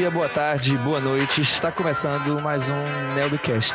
dia, boa tarde, boa noite. Está começando mais um Nelbcast.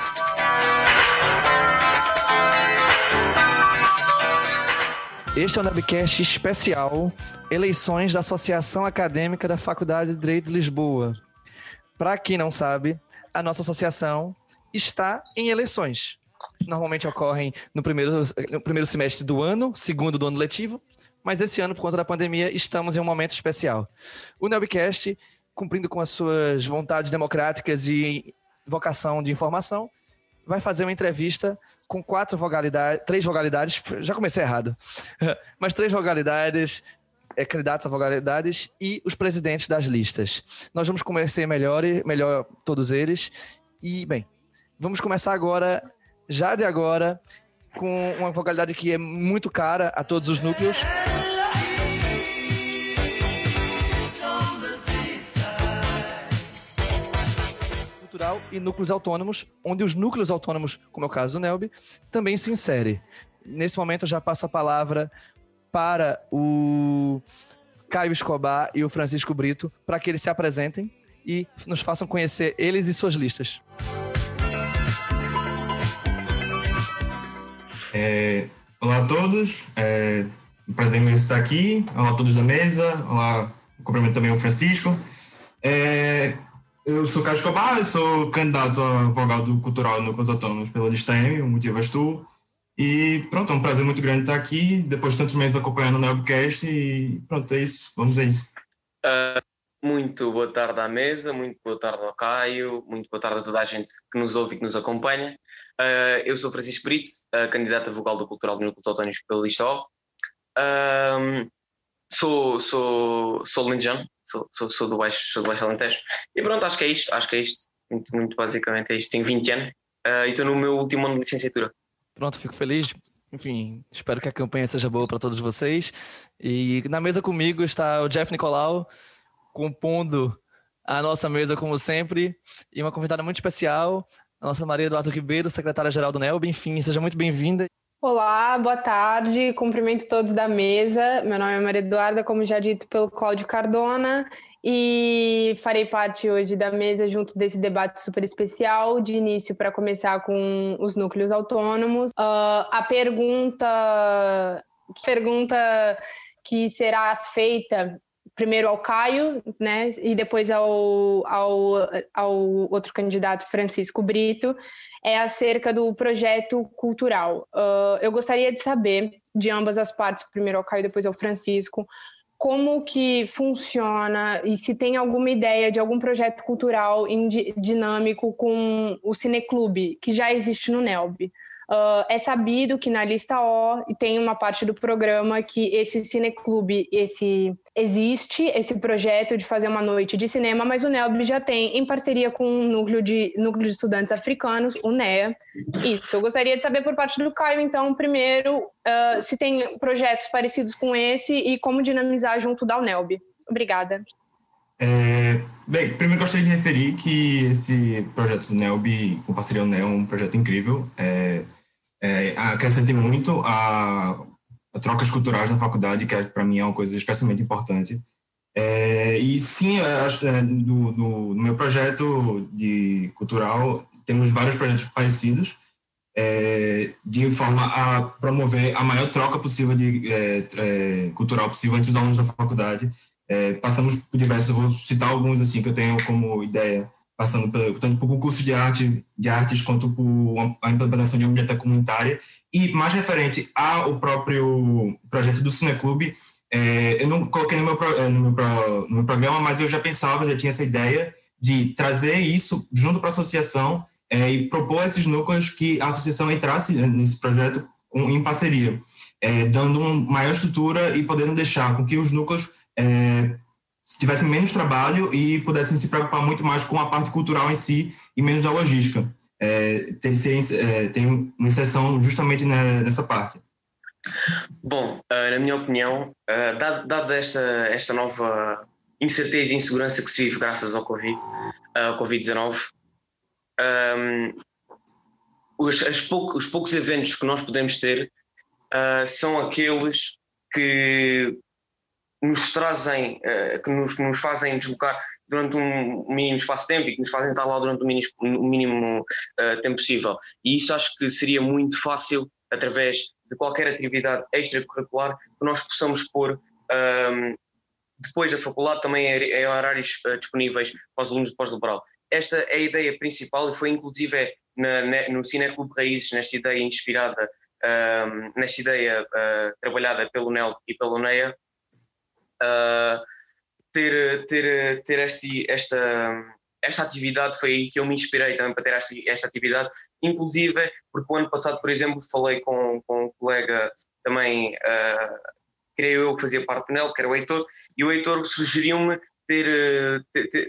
Este é um Nelbcast especial, eleições da Associação Acadêmica da Faculdade de Direito de Lisboa. Para quem não sabe, a nossa associação está em eleições. Normalmente ocorrem no primeiro semestre do ano, segundo do ano letivo, mas esse ano, por conta da pandemia, estamos em um momento especial. O Nelbcast, cumprindo com as suas vontades democráticas e vocação de informação, vai fazer uma entrevista com três vogalidades, já comecei errado, mas 3 vogalidades, candidatos a vogalidades e os presidentes das listas. Nós vamos conhecer melhor todos eles e, bem, vamos começar agora, já de agora, com uma vogalidade que é muito cara a todos os núcleos. Cultural e núcleos autônomos, onde os núcleos autônomos, como é o caso do NELB, também se insere. Nesse momento eu já passo a palavra para o Caio Escobar e o Francisco Brito, para que eles se apresentem e nos façam conhecer eles e suas listas. Olá a todos, um prazer imenso estar aqui. Olá a todos da mesa, olá, cumprimento também o Francisco. Eu sou Caio Escobar, eu sou candidato a advogado cultural no Núcleos Autônomos pela lista M, o motivo és tu. E pronto, é um prazer muito grande estar aqui, depois de tantos meses acompanhando o Nelbcast e pronto, é isso, vamos a isso. Muito boa tarde à mesa, muito boa tarde ao Caio, muito boa tarde a toda a gente que nos ouve e que nos acompanha. Eu sou Francisco Brito, candidato a vogal do Cultural do Núcleos Autónomos pela lista O. Sou lentejano, sou do Baixo Alentejo. E pronto, acho que é isto. Muito basicamente é isto. Tenho 20 anos e estou no meu último ano de licenciatura. Pronto, fico feliz. Enfim, espero que a campanha seja boa para todos vocês. E na mesa comigo está o Jeff Nicolau, compondo a nossa mesa como sempre, e uma convidada muito especial, a nossa Maria Eduardo Ribeiro, secretária-geral do NELB. Enfim, seja muito bem-vinda. Olá, boa tarde, cumprimento todos da mesa. Meu nome é Maria Eduarda, como já dito pelo Cláudio Cardona, e farei parte hoje da mesa junto desse debate super especial, de início para começar com os núcleos autônomos. A pergunta que será feita primeiro ao Caio, né, e depois ao outro candidato, Francisco Brito, é acerca do projeto cultural. Eu gostaria de saber, de ambas as partes, primeiro ao Caio e depois ao Francisco, como que funciona e se tem alguma ideia de algum projeto cultural dinâmico com o Cineclube, que já existe no NELB. É sabido que na lista O tem uma parte do programa que esse cineclube, existe esse projeto de fazer uma noite de cinema, mas o NELB já tem, em parceria com um núcleo de estudantes africanos, o NEA. Isso, eu gostaria de saber por parte do Caio, então, primeiro, se tem projetos parecidos com esse e como dinamizar junto da UNELB. Obrigada. Bem, primeiro gostaria de referir que esse projeto do NELB, com parceria do NEA, é um projeto incrível. Acrescenta muito a trocas culturais na faculdade, que para mim é uma coisa especialmente importante. E sim, acho que no meu projeto de cultural temos vários projetos parecidos, de forma a promover a maior troca possível cultural possível entre os alunos da faculdade. Passamos por diversos, vou citar alguns assim que eu tenho como ideia, passando tanto por curso de artes quanto por a implementação de uma biblioteca comunitária. E mais referente ao próprio projeto do Cineclube, eu não coloquei no meu programa, mas eu já tinha essa ideia de trazer isso junto para a associação e propor a esses núcleos que a associação entrasse nesse projeto em parceria, dando uma maior estrutura e podendo deixar com que os núcleos tivessem menos trabalho e pudessem se preocupar muito mais com a parte cultural em si e menos da logística. Tem uma inserção justamente nessa parte. Bom, na minha opinião, dada esta nova incerteza e insegurança que se vive graças ao Covid-19, os poucos eventos que nós podemos ter são aqueles que nos trazem, que nos fazem deslocar durante um mínimo espaço de tempo e que nos fazem estar lá durante o mínimo tempo possível. E isso acho que seria muito fácil, através de qualquer atividade extracurricular, que nós possamos pôr depois da faculdade também em horários disponíveis para os alunos de pós-laboral. Esta é a ideia principal e foi inclusive no Cineclube Raízes, nesta ideia inspirada, nesta ideia trabalhada pelo NELB e pelo NEA, ter esta atividade. Foi aí que eu me inspirei também para ter esta atividade, inclusive porque o ano passado, por exemplo, falei com um colega também, creio eu, que fazia parte do NELB, que era o Heitor, e o Heitor sugeriu-me ter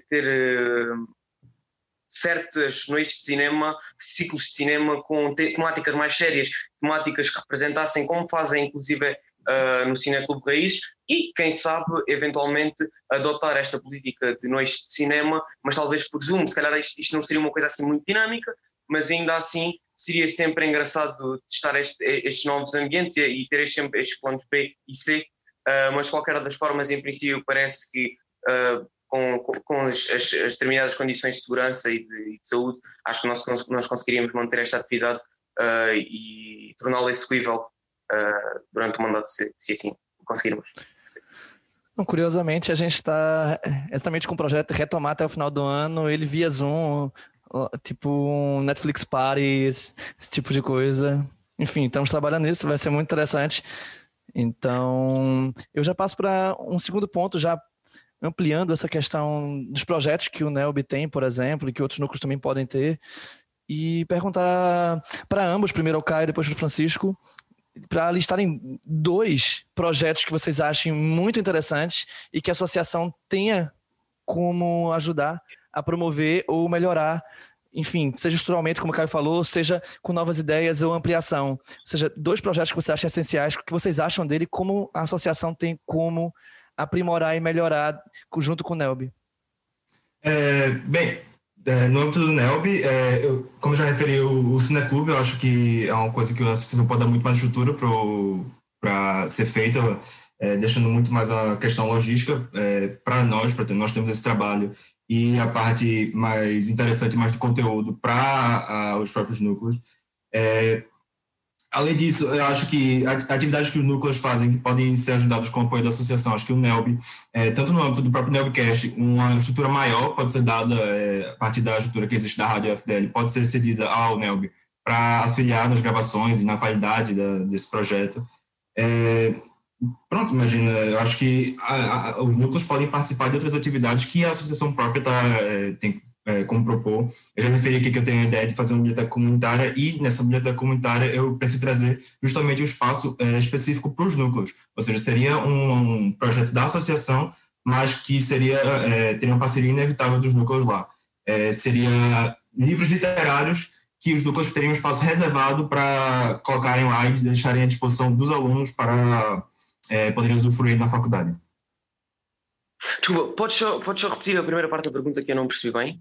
certas noites de cinema, ciclos de cinema com temáticas mais sérias, temáticas que representassem, como fazem inclusive no Cineclube Raízes, e quem sabe eventualmente adotar esta política de noites de cinema, mas talvez por Zoom. Se calhar isto não seria uma coisa assim muito dinâmica, mas ainda assim seria sempre engraçado testar estes novos ambientes e ter sempre estes planos B e C, mas de qualquer das formas, em princípio, parece que com as determinadas condições de segurança e de saúde, acho que nós conseguiríamos manter esta atividade e torná-la execuível durante o mandato, se assim conseguirmos. Curiosamente, a gente está exatamente com o projeto de retomar até o final do ano, ele via Zoom, tipo um Netflix Party, esse tipo de coisa. Enfim, estamos trabalhando nisso, vai ser muito interessante. Então, eu já passo para um segundo ponto, já ampliando essa questão dos projetos que o NELB tem, por exemplo, e que outros núcleos também podem ter, e perguntar para ambos, primeiro ao Caio e depois para o Francisco, para listarem 2 projetos que vocês achem muito interessantes e que a associação tenha como ajudar a promover ou melhorar, enfim, seja estruturalmente, como o Caio falou, seja com novas ideias ou ampliação. Ou seja, 2 projetos que vocês acham essenciais, o que vocês acham dele, como a associação tem como aprimorar e melhorar junto com o NELB. No âmbito do NELB, como eu já referi, o Cineclube, eu acho que é uma coisa que a associação pode dar muito mais estrutura para ser feita, deixando muito mais a questão logística para nós temos esse trabalho, e a parte mais interessante, mais de conteúdo para os próprios núcleos. Além disso, eu acho que atividades que os núcleos fazem que podem ser ajudadas com o apoio da associação, acho que o NELB, tanto no âmbito do próprio NELBcast, uma estrutura maior pode ser dada a partir da estrutura que existe da Rádio FDL, pode ser cedida ao NELB para auxiliar nas gravações e na qualidade desse projeto. Imagina, eu acho que os núcleos podem participar de outras atividades que a associação própria tem como propor. Eu já referi aqui que eu tenho a ideia de fazer uma biblioteca comunitária, e nessa biblioteca comunitária eu preciso trazer justamente um espaço específico para os núcleos, ou seja, seria um projeto da associação, mas que teria uma parceria inevitável dos núcleos lá. Seria livros literários que os núcleos teriam um espaço reservado para colocarem lá e deixarem à disposição dos alunos para poderem usufruir na faculdade. Desculpa, podes só repetir a primeira parte da pergunta que eu não percebi bem?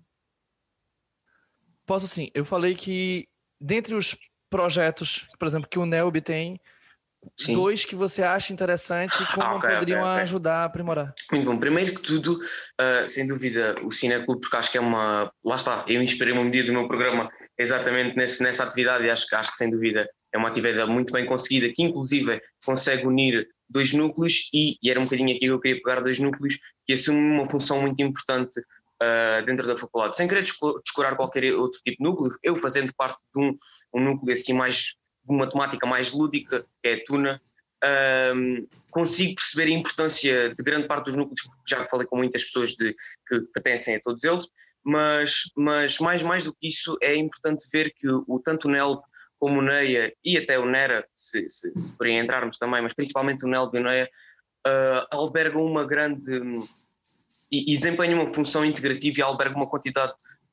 Posso sim. Eu falei que dentre os projetos, por exemplo, que o NELB tem, sim, 2 que você acha interessante e como poderiam ajudar a aprimorar. Muito bom. Primeiro que tudo, sem dúvida, o Cineclube, porque acho que lá está, eu inspirei-me um dia do meu programa exatamente nessa atividade, e acho que sem dúvida é uma atividade muito bem conseguida, que inclusive consegue unir 2 núcleos e era um bocadinho aqui que eu queria pegar 2 núcleos que assumem uma função muito importante dentro da faculdade, sem querer descurar qualquer outro tipo de núcleo. Eu, fazendo parte de um núcleo assim mais de uma temática mais lúdica, que é a Tuna, consigo perceber a importância de grande parte dos núcleos, porque já falei com muitas pessoas que pertencem a todos eles, mas mais do que isso, é importante ver que tanto o NELB como o NEA e até o NERA, se por aí entrarmos também, mas principalmente o NELB e o NEA, albergam uma grande e desempenham uma função integrativa e albergam uma quantidade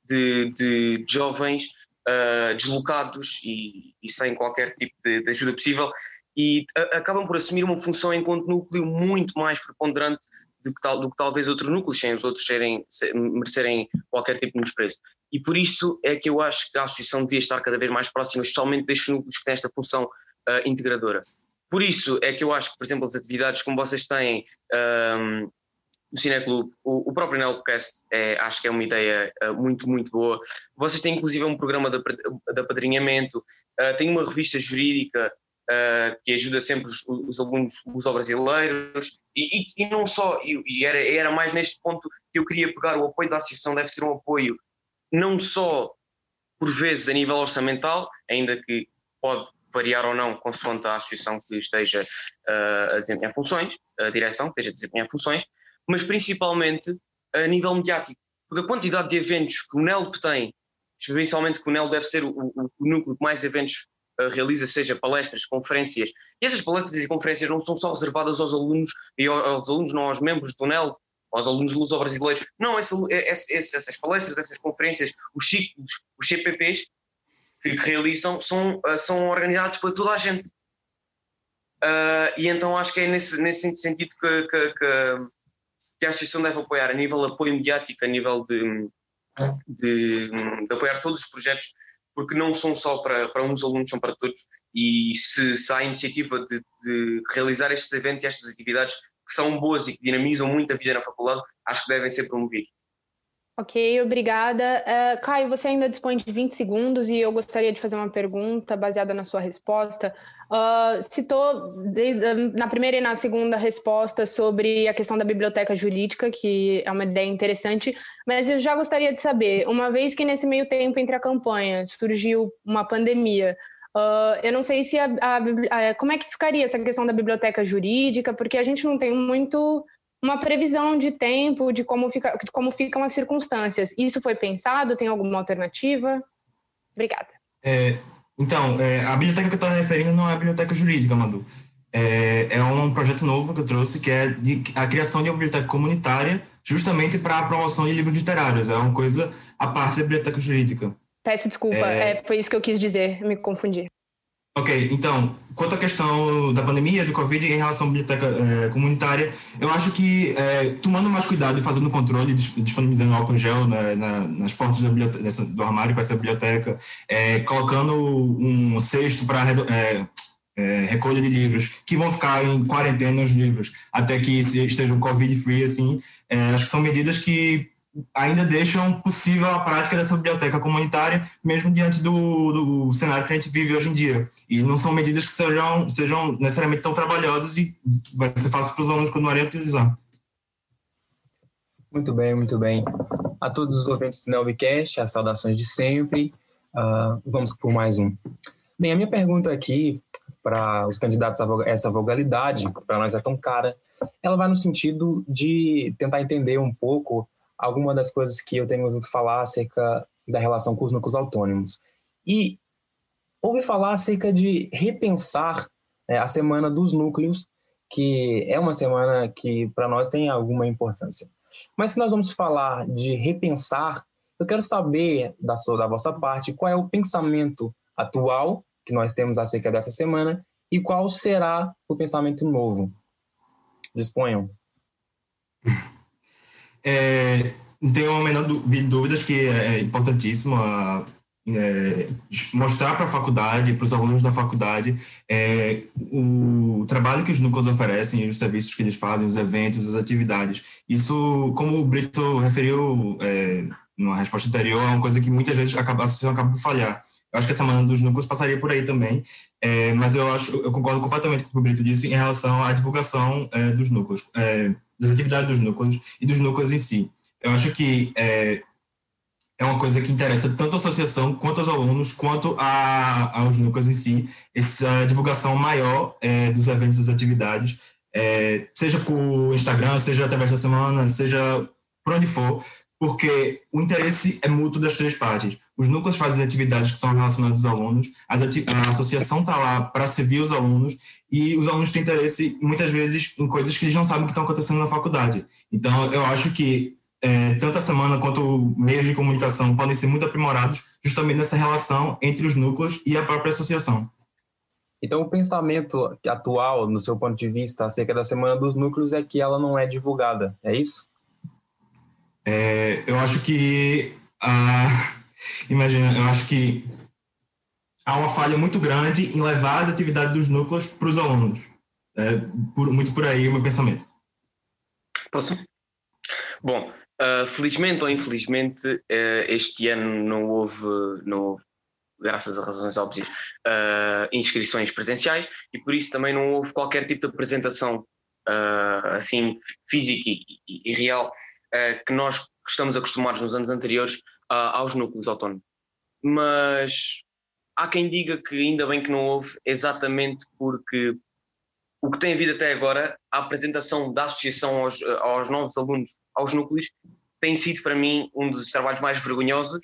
de jovens deslocados e sem qualquer tipo de ajuda possível, e acabam por assumir uma função enquanto núcleo muito mais preponderante do que talvez outros núcleos, sem os outros merecerem qualquer tipo de menosprezo. E por isso é que eu acho que a associação devia estar cada vez mais próxima, especialmente destes núcleos que têm esta função integradora. Por isso é que eu acho que, por exemplo, as atividades como vocês têm do Cineclube, o próprio Nelcast acho que é uma ideia muito, muito boa. Vocês têm inclusive um programa de apadrinhamento, têm uma revista jurídica que ajuda sempre os alunos luso-brasileiros e não só, e era mais neste ponto que eu queria pegar. O apoio da associação deve ser um apoio não só por vezes a nível orçamental, ainda que pode variar ou não consoante a associação que esteja a desempenhar funções, a direção que esteja a desempenhar funções, mas principalmente a nível mediático, porque a quantidade de eventos que o NELB tem, especialmente que o NELB deve ser o núcleo que mais eventos realiza, seja palestras, conferências, e essas palestras e conferências não são só reservadas aos alunos, não aos membros do NELB, aos alunos luso-brasileiros, não, essas palestras, essas conferências, os CPPs que realizam são organizados por toda a gente. E então acho que é nesse sentido que a associação deve apoiar, a nível de apoio mediático, a nível de apoiar todos os projetos, porque não são só para uns alunos, são para todos, e se há a iniciativa de realizar estes eventos e estas atividades que são boas e que dinamizam muito a vida na faculdade, acho que devem ser promovidos. Ok, obrigada. Caio, você ainda dispõe de 20 segundos e eu gostaria de fazer uma pergunta baseada na sua resposta. Citou na primeira e na segunda resposta sobre a questão da biblioteca jurídica, que é uma ideia interessante, mas eu já gostaria de saber, uma vez que nesse meio tempo entre a campanha surgiu uma pandemia, eu não sei se como é que ficaria essa questão da biblioteca jurídica, porque a gente não tem muito uma previsão de tempo, de como ficam as circunstâncias. Isso foi pensado? Tem alguma alternativa? Obrigada. Então, a biblioteca que eu estava referindo não é a biblioteca jurídica, Madu. É um projeto novo que eu trouxe, que é a criação de uma biblioteca comunitária, justamente para a promoção de livros literários. É uma coisa à parte da biblioteca jurídica. Peço desculpa, foi isso que eu quis dizer, me confundi. Ok, então, quanto à questão da pandemia, do Covid, em relação à biblioteca comunitária, eu acho que tomando mais cuidado e fazendo controle, disponibilizando álcool gel nas portas do armário para essa biblioteca, colocando um cesto para recolha de livros, que vão ficar em quarentena os livros, até que estejam Covid-free, assim, acho que são medidas que ainda deixam possível a prática dessa biblioteca comunitária, mesmo diante do cenário que a gente vive hoje em dia. E não são medidas que sejam necessariamente tão trabalhosas e vai ser fácil para os alunos continuarem a utilizar. Muito bem, muito bem. A todos os ouvintes do NELBcast, as saudações de sempre. Vamos por mais um. Bem, a minha pergunta aqui para os candidatos a essa vogalidade, que para nós é tão cara, ela vai no sentido de tentar entender um pouco alguma das coisas que eu tenho ouvido falar acerca da relação com os núcleos autônomos. E ouvi falar acerca de repensar a Semana dos Núcleos, que é uma semana que para nós tem alguma importância. Mas se nós vamos falar de repensar, eu quero saber da vossa parte qual é o pensamento atual que nós temos acerca dessa semana e qual será o pensamento novo. Disponham. Não tenho a menor dúvidas que é importantíssimo mostrar para a faculdade, para os alunos da faculdade, o trabalho que os núcleos oferecem, os serviços que eles fazem, os eventos, as atividades. Isso, como o Brito referiu numa resposta anterior, é uma coisa que muitas vezes a associação acaba por falhar. Eu acho que a Semana dos Núcleos passaria por aí também, mas eu concordo completamente com o que o Brito disse em relação à divulgação dos núcleos, das atividades dos núcleos e dos núcleos em si. Eu acho que é uma coisa que interessa tanto a associação, quanto aos alunos, quanto aos núcleos em si, essa divulgação maior dos eventos e das atividades, seja por Instagram, seja através da semana, seja por onde for, porque o interesse é mútuo das três partes. Os núcleos fazem atividades que são relacionadas aos alunos, a associação está lá para servir os alunos, e os alunos têm interesse, muitas vezes, em coisas que eles não sabem que estão acontecendo na faculdade. Então, eu acho que tanto a semana quanto meios de comunicação podem ser muito aprimorados justamente nessa relação entre os núcleos e a própria associação. Então, o pensamento atual, no seu ponto de vista, acerca da Semana dos Núcleos é que ela não é divulgada, é isso? Eu acho que... eu acho que há uma falha muito grande em levar as atividades dos núcleos para os alunos. Muito por aí o meu pensamento. Posso? Bom, felizmente ou infelizmente, este ano não houve, graças a razões óbvias, inscrições presenciais, e por isso também não houve qualquer tipo de apresentação assim física e real que nós estamos acostumados nos anos anteriores aos núcleos autónomos. Mas há quem diga que ainda bem que não houve, exatamente porque o que tem havido até agora, a apresentação da associação aos novos alunos, aos núcleos, tem sido para mim um dos trabalhos mais vergonhosos,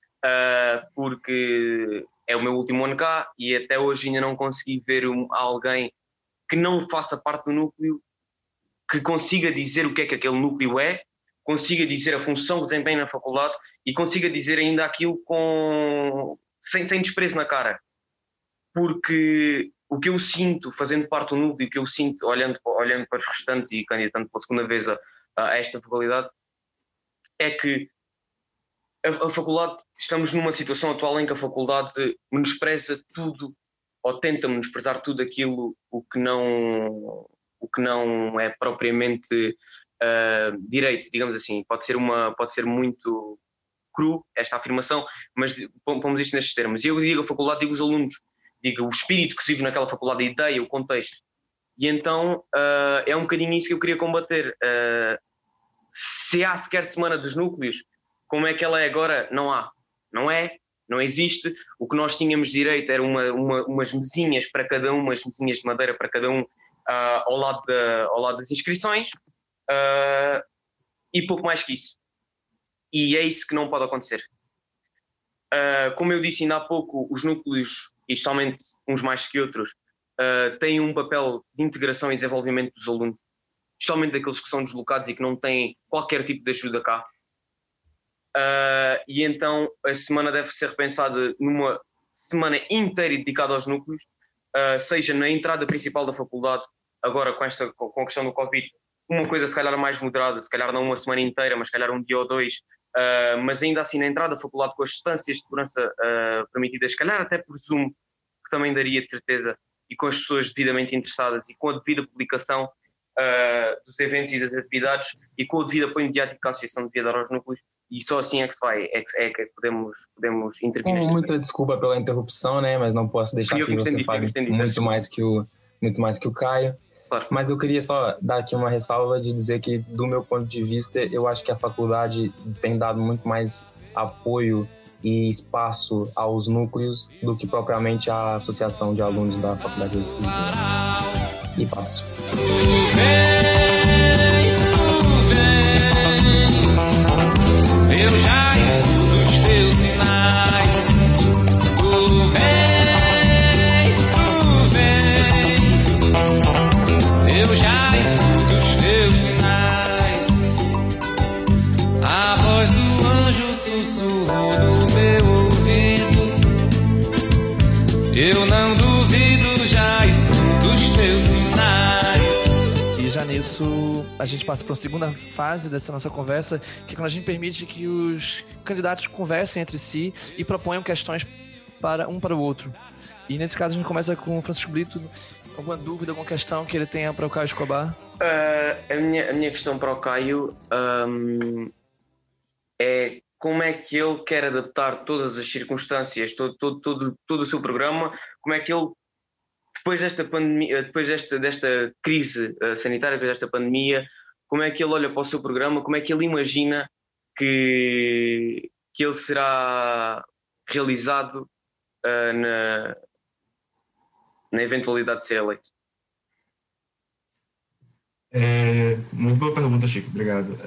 porque é o meu último ano cá e até hoje ainda não consegui ver alguém que não faça parte do núcleo, que consiga dizer o que é que aquele núcleo é, consiga dizer a função que desempenha na faculdade e consiga dizer ainda aquilo sem desprezo na cara. Porque o que eu sinto fazendo parte do núcleo, o que eu sinto olhando para os restantes e candidatando pela segunda vez a esta faculdade, é que a faculdade, estamos numa situação atual em que a faculdade menospreza tudo, ou tenta menosprezar tudo aquilo o que não é propriamente direito, digamos assim. Pode ser muito cru esta afirmação, mas pomos isto nestes termos. E eu digo a faculdade, digo os alunos, digo o espírito que se vive naquela faculdade, a ideia, o contexto. E então é um bocadinho isso que eu queria combater. Se há sequer semana dos núcleos, como é que ela é agora? Não há. Não existe. O que nós tínhamos direito era umas mesinhas para cada um, umas mesinhas de madeira para cada um, ao lado das inscrições, e pouco mais que isso. E é isso que não pode acontecer. Como eu disse ainda há pouco, os núcleos, e especialmente uns mais que outros, têm um papel de integração e desenvolvimento dos alunos, especialmente daqueles que são deslocados e que não têm qualquer tipo de ajuda cá. E então a semana deve ser repensada numa semana inteira dedicada aos núcleos, seja na entrada principal da faculdade, agora com a questão do Covid, uma coisa se calhar mais moderada, se calhar não uma semana inteira, mas se calhar um dia ou dois, mas ainda assim na entrada da faculdade com as distâncias de segurança permitidas, se calhar até por Zoom, que também daria de certeza, e com as pessoas devidamente interessadas e com a devida publicação dos eventos e das atividades e com o devido apoio mediático que a Associação devia dar aos núcleos, e só assim é que se vai, é que podemos intervir. Com muita desculpa pela interrupção, né? Mas não posso deixar que você fale muito mais que o Caio. Claro. Mas eu queria só dar aqui uma ressalva de dizer que, do meu ponto de vista, eu acho que a faculdade tem dado muito mais apoio e espaço aos núcleos do que propriamente a associação de alunos da faculdade de Lisboa. E passo. Eu já escuto os teus sinais. Tu vens. Eu já escuto os teus sinais. A voz do anjo sussurrou no meu ouvido. Eu não duvido, já escuto os teus sinais. E já nisso, a gente passa para a segunda fase dessa nossa conversa, que é quando a gente permite que os candidatos conversem entre si e proponham questões para o outro. E nesse caso a gente começa com o Francisco Brito. Alguma dúvida, alguma questão que ele tenha para o Caio Escobar? A minha questão para o Caio é como é que ele quer adaptar todas as circunstâncias, todo o seu programa, como é que ele, depois desta pandemia, depois desta crise sanitária, depois desta pandemia, como é que ele olha para o seu programa, como é que ele imagina que ele será realizado na eventualidade de ser eleito? Muito boa pergunta, Chico, obrigado.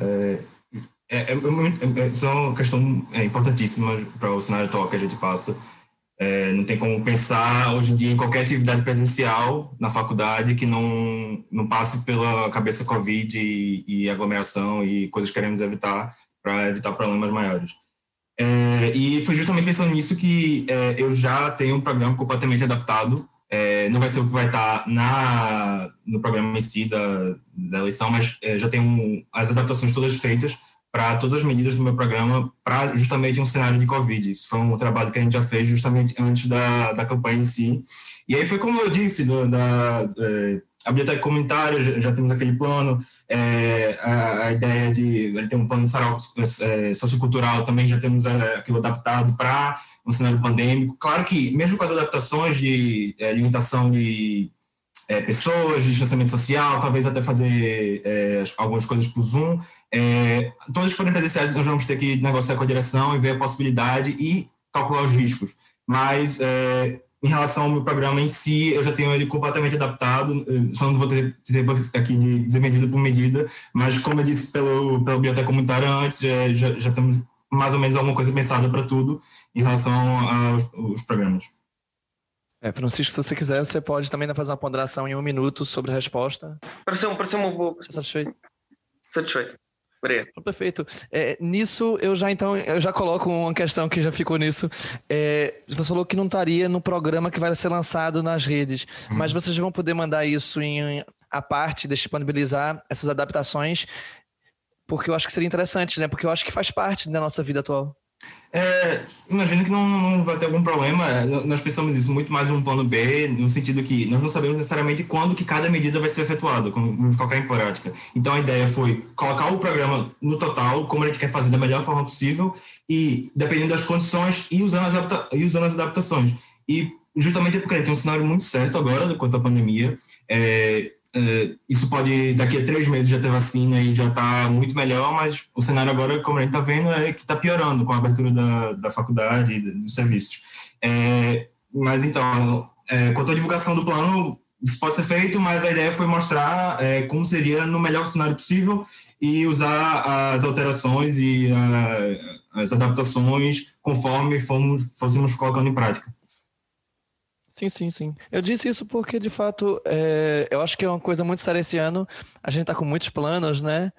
Só uma questão importantíssima para o cenário atual que a gente passa. Não tem como pensar hoje em dia em qualquer atividade presencial na faculdade que não passe pela cabeça Covid e aglomeração e coisas que queremos evitar para evitar problemas maiores. E foi justamente pensando nisso que eu já tenho um programa completamente adaptado. Não vai ser o que vai estar no programa em si da eleição, mas já tenho as adaptações todas feitas para todas as medidas do meu programa, para justamente um cenário de Covid. Isso foi um trabalho que a gente já fez justamente antes da campanha em si. E aí foi como eu disse, a biblioteca comunitária, já temos aquele plano, a ideia de ter um plano de sarau sociocultural, também já temos aquilo adaptado para um cenário pandêmico. Claro que, mesmo com as adaptações de limitação de pessoas, de distanciamento social, talvez até fazer algumas coisas por Zoom, todas que forem presenciais nós vamos ter que negociar com a direção e ver a possibilidade e calcular os riscos. Mas, em relação ao meu programa em si, eu já tenho ele completamente adaptado, só não vou ter aqui de dizer medida por medida, mas como eu disse pela biblioteca comunitária antes, já temos mais ou menos alguma coisa pensada para tudo em relação aos programas. Francisco, se você quiser, você pode também fazer uma ponderação em 1 minuto sobre a resposta. Pareceu uma boa. Satisfeito? Satisfeito. Obrigado. Perfeito. Nisso, eu já coloco uma questão que já ficou nisso. Você falou que não estaria no programa que vai ser lançado nas redes, mas vocês vão poder mandar isso a parte, disponibilizar essas adaptações, porque eu acho que seria interessante, né? Porque eu acho que faz parte da nossa vida atual. Imagino que não vai ter algum problema. Nós pensamos isso muito mais num plano B, no sentido que nós não sabemos necessariamente quando que cada medida vai ser efetuada, como vamos colocar em prática. Então a ideia foi colocar o programa no total, como a gente quer fazer da melhor forma possível e, dependendo das condições, ir usando as adaptações. E justamente porque a gente tem um cenário muito certo agora quanto à pandemia. Isso pode, daqui a 3 meses já ter vacina e já está muito melhor, mas o cenário agora, como a gente está vendo, é que está piorando com a abertura da faculdade e dos serviços. Mas então, quanto à divulgação do plano, isso pode ser feito, mas a ideia foi mostrar como seria no melhor cenário possível e usar as alterações e as adaptações conforme fôssemos colocando em prática. Sim. Eu disse isso porque, de fato, eu acho que é uma coisa muito séria esse ano. A gente está com muitos planos, né?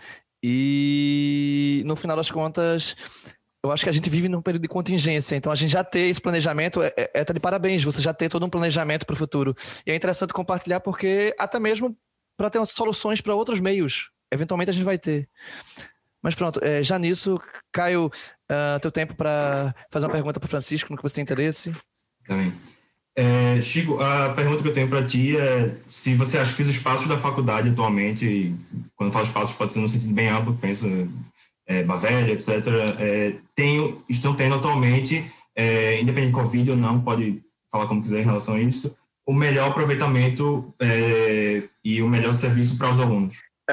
E, no final das contas, eu acho que a gente vive num período de contingência. Então, a gente já ter esse planejamento, tá de parabéns, você já ter todo um planejamento para o futuro. E é interessante compartilhar porque, até mesmo para ter soluções para outros meios, eventualmente a gente vai ter. Mas pronto, já nisso, Caio, teu tempo para fazer uma pergunta para o Francisco, no que você tem interesse. Também. Chico, a pergunta que eu tenho para ti é se você acha que os espaços da faculdade atualmente, e quando eu falo espaços pode ser no sentido bem amplo, penso Bavélia, etc., estão tendo atualmente, independente de Covid ou não, pode falar como quiser em relação a isso, o melhor aproveitamento e o melhor serviço para os alunos.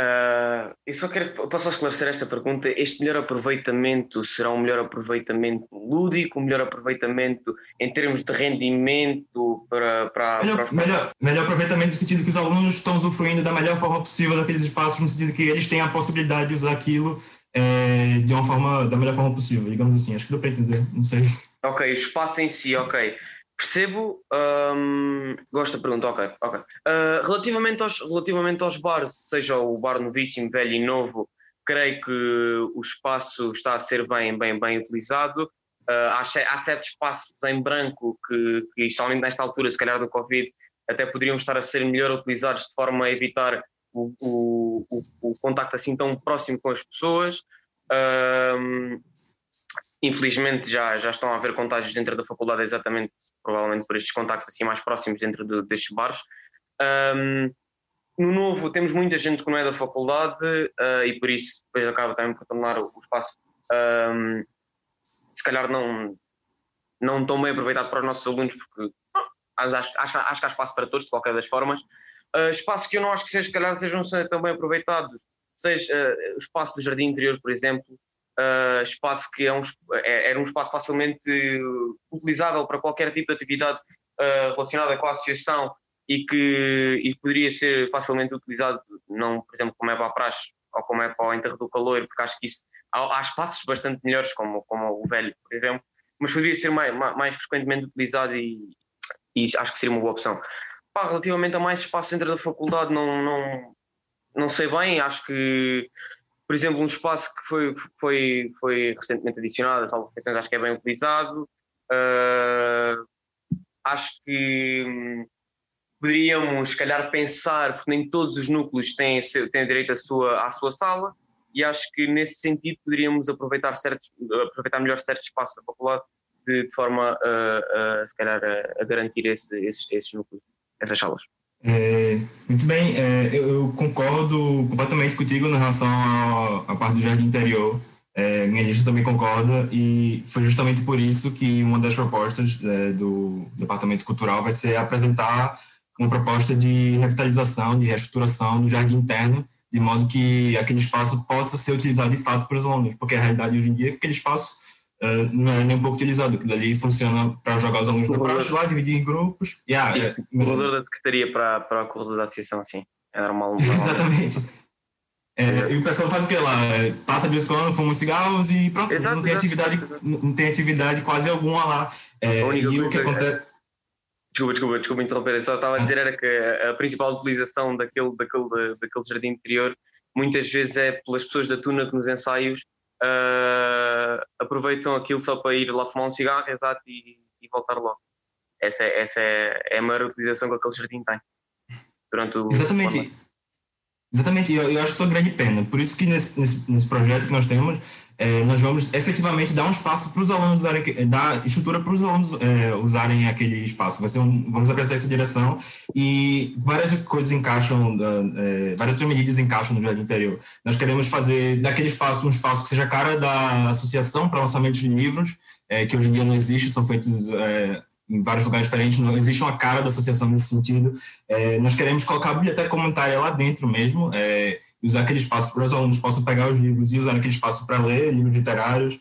Eu posso esclarecer esta pergunta. Este melhor aproveitamento será um melhor aproveitamento lúdico, um melhor aproveitamento em termos de rendimento melhor aproveitamento no sentido que os alunos estão usufruindo da melhor forma possível daqueles espaços, no sentido que eles têm a possibilidade de usar aquilo da melhor forma possível, digamos assim. Acho que deu para entender, não sei. Ok, o espaço em si, ok. Percebo, gosto da pergunta, ok. Relativamente aos bares, seja o bar novíssimo, velho e novo, creio que o espaço está a ser bem utilizado. Há certos espaços em branco que, especialmente nesta altura, se calhar do Covid, até poderiam estar a ser melhor utilizados de forma a evitar o contacto assim tão próximo com as pessoas. Infelizmente já estão a haver contágios dentro da faculdade, exatamente, provavelmente por estes contactos assim mais próximos dentro destes bares. No novo temos muita gente que não é da faculdade e por isso depois acaba também por tornar o espaço se calhar não tão bem aproveitado para os nossos alunos, porque acho que há espaço para todos, de qualquer das formas. Espaços que eu não acho que se calhar sejam tão bem aproveitados, seja o espaço do jardim interior, por exemplo, espaço que era um espaço facilmente utilizável para qualquer tipo de atividade relacionada com a associação e que poderia ser facilmente utilizado, não, por exemplo, como é para a praxe ou como é para o enterro do caloiro, porque acho que isso há espaços bastante melhores, como o velho, por exemplo, mas poderia ser mais frequentemente utilizado e acho que seria uma boa opção. Relativamente a mais espaço dentro da faculdade, não sei bem, acho que, por exemplo, um espaço que foi recentemente adicionado, a sala de refeições, acho que é bem utilizado. Acho que poderíamos, se calhar, pensar, porque nem todos os núcleos têm direito à sua sala, e acho que, nesse sentido, poderíamos aproveitar melhor certos espaços da faculdade de forma, se calhar, a garantir esses núcleos, essas salas. Muito bem, eu concordo completamente contigo em relação à parte do jardim interior. Minha lista também concorda, e foi justamente por isso que uma das propostas do Departamento Cultural vai ser apresentar uma proposta de revitalização, de reestruturação do jardim interno, de modo que aquele espaço possa ser utilizado de fato para os alunos, porque a realidade hoje em dia é que aquele espaço não é nem um pouco utilizado, que dali funciona para jogar os alunos no prazo lá, dividir em grupos. O corredor da secretaria para o corredor da associação, sim. É normal. Exatamente. E o pessoal faz o que lá? Passa de vez em quando, fuma cigarros e pronto. Exato, não tem atividade quase alguma lá. E o que acontece... Desculpa interromper. Eu só estava a dizer era que a principal utilização daquele jardim interior muitas vezes é pelas pessoas da Tuna que nos ensaios aproveitam aquilo só para ir lá fumar um cigarro, exato, e voltar logo. Essa é a maior utilização que aquele jardim tem. Exatamente, eu acho que isso é uma grande pena. Por isso que nesse projeto que nós temos, nós vamos efetivamente dar um espaço para os alunos usarem, dar estrutura para os alunos usarem aquele espaço. Vamos apresentar essa direção, e várias coisas encaixam, várias outras medidas encaixam no jardim interior. Nós queremos fazer daquele espaço um espaço que seja a cara da associação para lançamento de livros, que hoje em dia não existe, são feitos em vários lugares diferentes, não existe uma cara da associação nesse sentido. Nós queremos colocar a biblioteca comunitária lá dentro mesmo, usar aquele espaço para os alunos possam pegar os livros e usar aquele espaço para ler livros literários.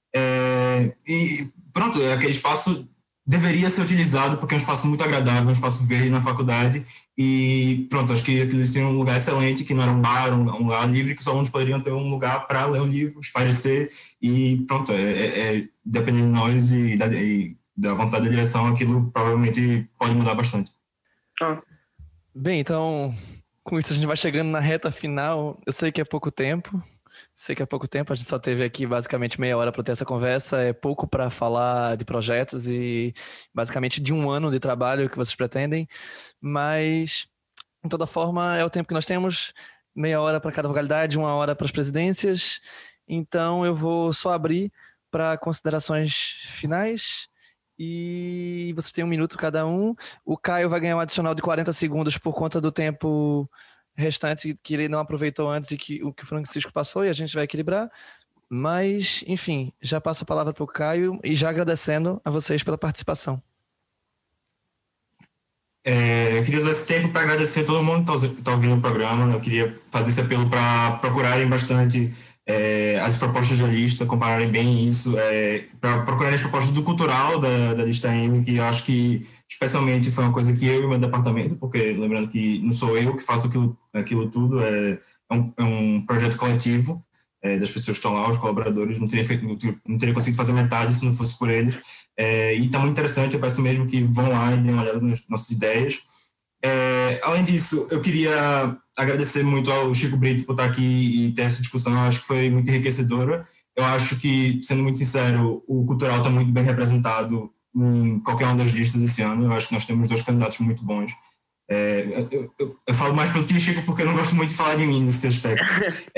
E pronto, aquele espaço deveria ser utilizado porque é um espaço muito agradável, um espaço verde na faculdade, e pronto, acho que aquilo seria um lugar excelente, que não era um bar, um lugar livre, que os alunos poderiam ter um lugar para ler um livro, espairecer, e pronto, dependendo de nós e da vontade da direção, aquilo provavelmente pode mudar bastante. Bem, então, com isso a gente vai chegando na reta final. Eu sei que é pouco tempo, a gente só teve aqui basicamente meia hora para ter essa conversa, é pouco para falar de projetos e basicamente de um ano de trabalho que vocês pretendem, mas, de toda forma, é o tempo que nós temos, meia hora para cada vogalidade, uma hora para as presidências, então eu vou só abrir para considerações finais. E vocês têm 1 minuto cada um. O Caio vai ganhar um adicional de 40 segundos por conta do tempo restante que ele não aproveitou antes e que o Francisco passou, e a gente vai equilibrar. Mas, enfim, já passo a palavra para o Caio e já agradecendo a vocês pela participação. Eu queria usar esse tempo para agradecer a todo mundo que está ouvindo o programa. Eu queria fazer esse apelo para procurarem bastante as propostas da lista, compararem bem isso, para procurarem as propostas do cultural da lista M, que eu acho que especialmente foi uma coisa que eu e o meu departamento, porque lembrando que não sou eu que faço aquilo tudo, é um projeto coletivo das pessoas que estão lá, os colaboradores, não teria conseguido fazer metade se não fosse por eles, e está muito interessante. Eu peço mesmo que vão lá e deem uma olhada nas nossas ideias. Além disso, eu queria agradecer muito ao Chico Brito por estar aqui e ter essa discussão. Eu acho que foi muito enriquecedora. Eu acho que, sendo muito sincero, o cultural está muito bem representado em qualquer uma das listas esse ano. Eu acho que nós temos 2 candidatos muito bons. Eu falo mais pelo Chico porque eu não gosto muito de falar de mim nesse aspecto.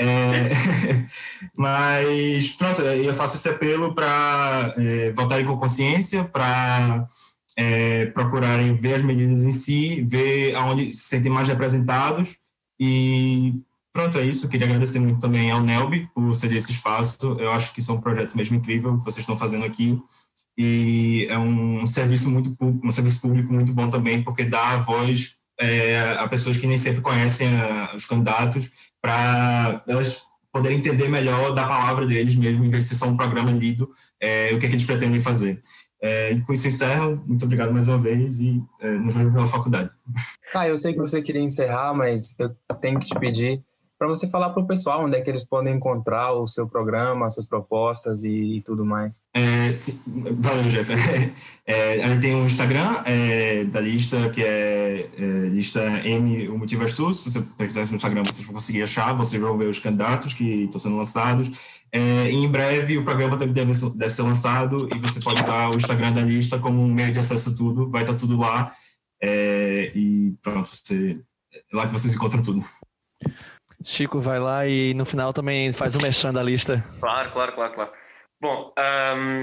Mas, pronto, eu faço esse apelo para votarem com consciência, para procurarem ver as medidas em si, ver aonde se sentem mais representados. E pronto, é isso. Eu queria agradecer muito também ao NELB por ceder esse espaço. Eu acho que isso é um projeto mesmo incrível que vocês estão fazendo aqui, e é um serviço público muito bom também, porque dá a voz a pessoas que nem sempre conhecem os candidatos, para elas poderem entender melhor da palavra deles mesmo, em vez de ser só um programa lido, o que eles pretendem fazer. E com isso eu encerro. Muito obrigado mais uma vez, e nos vemos pela faculdade. Eu sei que você queria encerrar, mas eu tenho que te pedir para você falar para o pessoal onde é que eles podem encontrar o seu programa, as suas propostas e tudo mais. Valeu, Jeff. A gente tem um Instagram da lista, que é lista M, o Motivo Astuto. Se você pesquisar no Instagram, vocês vão conseguir achar, vocês vão ver os candidatos que estão sendo lançados. Em breve o programa deve ser lançado, e você pode usar o Instagram da lista como um meio de acesso a tudo. Vai estar tudo lá, e pronto, é lá que vocês encontram tudo. Chico, vai lá e no final também faz o merchan da lista. Claro. Bom,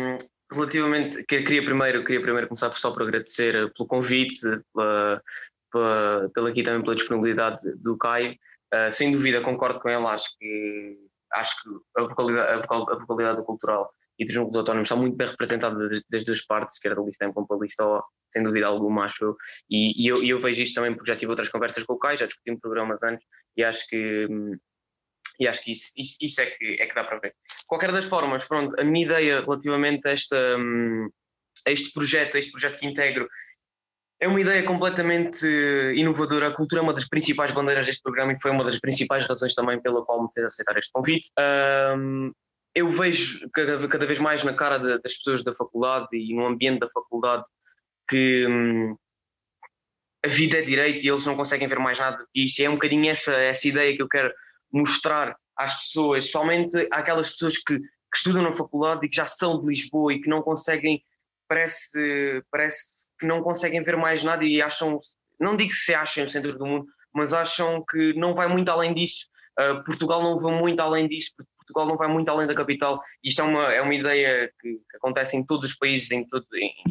relativamente, queria primeiro começar só por agradecer pelo convite, aqui também pela disponibilidade do Caio. Sem dúvida concordo com ele, acho que a vocalidade do cultural e dos núcleos autónomos está muito bem representada das duas partes, quer da lista M como pela lista O, sem dúvida alguma, acho eu. E eu vejo isto também porque já tive outras conversas com o Caio, já discutimos programas antes e acho que isso é que dá para ver. De qualquer das formas, pronto, a minha ideia relativamente a este projeto que integro é uma ideia completamente inovadora. A cultura é uma das principais bandeiras deste programa e foi uma das principais razões também pela qual me fez aceitar este convite. Eu vejo cada vez mais na cara das pessoas da faculdade e no ambiente da faculdade que a vida é direito e eles não conseguem ver mais nada disso. E é um bocadinho essa ideia que eu quero mostrar às pessoas, especialmente àquelas pessoas que estudam na faculdade e que já são de Lisboa e que não conseguem, parece que não conseguem ver mais nada e acham, não digo que se achem o centro do mundo, mas acham que não vai muito além disso. Portugal não vai muito além disso, Portugal não vai muito além da capital. Isto é uma ideia que acontece em todos os países, em todas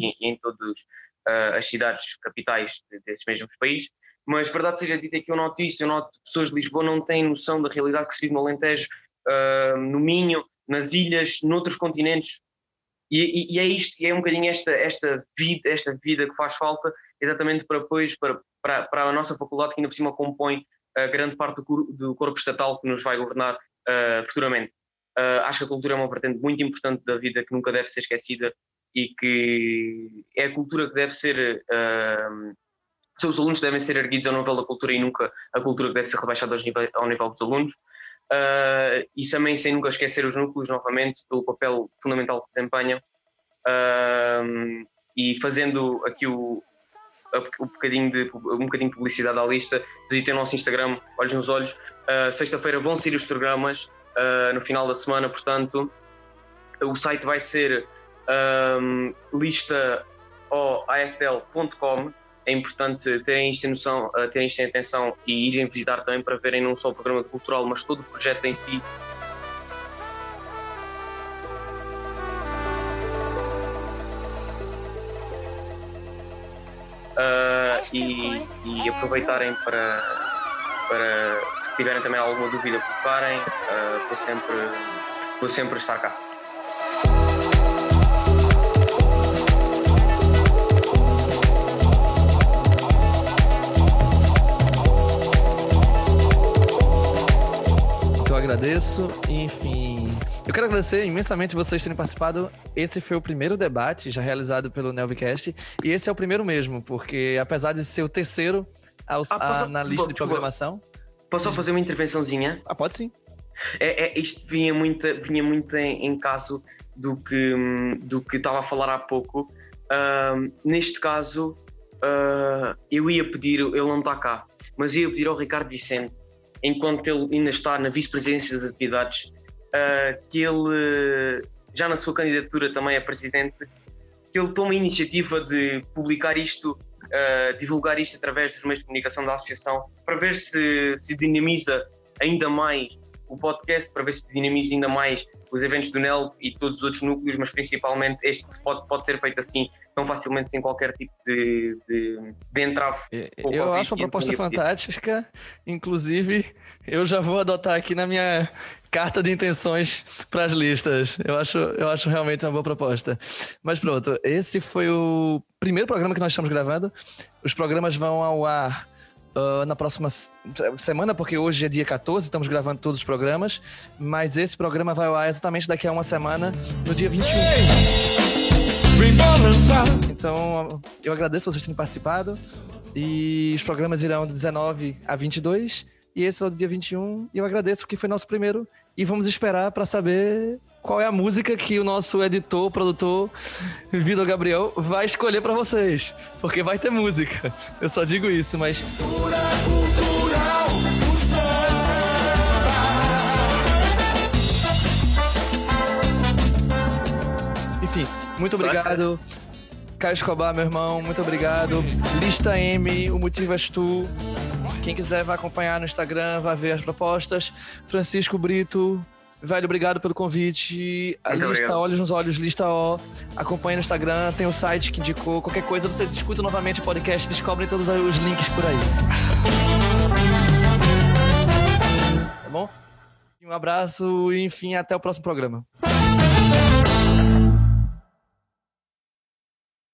as cidades capitais desses mesmos países. Mas, verdade seja dita, que eu noto isso, eu noto que pessoas de Lisboa não têm noção da realidade que se vive no Alentejo, no Minho, nas ilhas, noutros continentes. E é isto, e é um bocadinho esta vida que faz falta, exatamente para a nossa faculdade, que ainda por cima compõe grande parte do corpo estatal que nos vai governar futuramente. Acho que a cultura é uma vertente muito importante da vida que nunca deve ser esquecida e que é a cultura que deve ser... os alunos devem ser erguidos ao nível da cultura e nunca a cultura que deve ser rebaixada ao nível dos alunos. E também sem nunca esquecer os núcleos, novamente, pelo papel fundamental que desempenham. E fazendo aqui um bocadinho de publicidade à lista, visitem o nosso Instagram, Olhos nos Olhos. Sexta-feira vão sair os programas, no final da semana, portanto. O site vai ser listaoafdl.com. É importante terem isto em noção, terem isto em atenção e irem visitar também para verem não só o programa cultural, mas todo o projeto em si. E aproveitarem para se tiverem também alguma dúvida, colocarem. Vou sempre estar cá. Eu agradeço, enfim. Eu quero agradecer imensamente vocês terem participado. Esse foi o primeiro debate já realizado pelo Nelbcast. E esse é o primeiro mesmo, porque apesar de ser o terceiro na lista de programação... Posso só fazer uma intervençãozinha? Pode sim. Isto vinha muito em caso do que estava a falar há pouco. Neste caso, eu ia pedir, ele não está cá, mas ia pedir ao Ricardo Vicente, enquanto ele ainda está na vice-presidência das atividades, que ele, já na sua candidatura também a presidente, que ele tome a iniciativa de publicar isto, divulgar isto através dos meios de comunicação da associação, para ver se dinamiza ainda mais o podcast, para ver se dinamiza ainda mais os eventos do NELB e todos os outros núcleos, mas principalmente este que pode ser feito assim, tão facilmente, sem qualquer tipo de entrave. Eu acho uma proposta fantástica, inclusive eu já vou adotar aqui na minha carta de intenções para as listas. Eu acho realmente uma boa proposta. Mas pronto, esse foi o primeiro programa que nós estamos gravando. Os programas vão ao ar na próxima semana, porque hoje é dia 14, estamos gravando todos os programas, mas esse programa vai ao ar exatamente daqui a uma semana, no dia 21. Então, eu agradeço vocês terem participado, e os programas irão de 19 a 22, e esse é o dia 21, e eu agradeço porque foi nosso primeiro, e vamos esperar para saber qual é a música que o nosso editor, produtor, Vitor Gabriel, vai escolher para vocês. Porque vai ter música. Eu só digo isso, mas... Cultural, enfim, muito obrigado. Caio Escobar, meu irmão, muito obrigado. Lista M, O Motivo És Tu. Quem quiser vai acompanhar no Instagram, vai ver as propostas. Francisco Brito, Velho, obrigado pelo convite. A Muito lista obrigado. Olhos nos Olhos, lista O. Acompanha no Instagram, tem o site que indicou. Qualquer coisa, vocês escutam novamente o podcast, descobrem todos os links por aí. Tá bom? Um abraço e, enfim, até o próximo programa.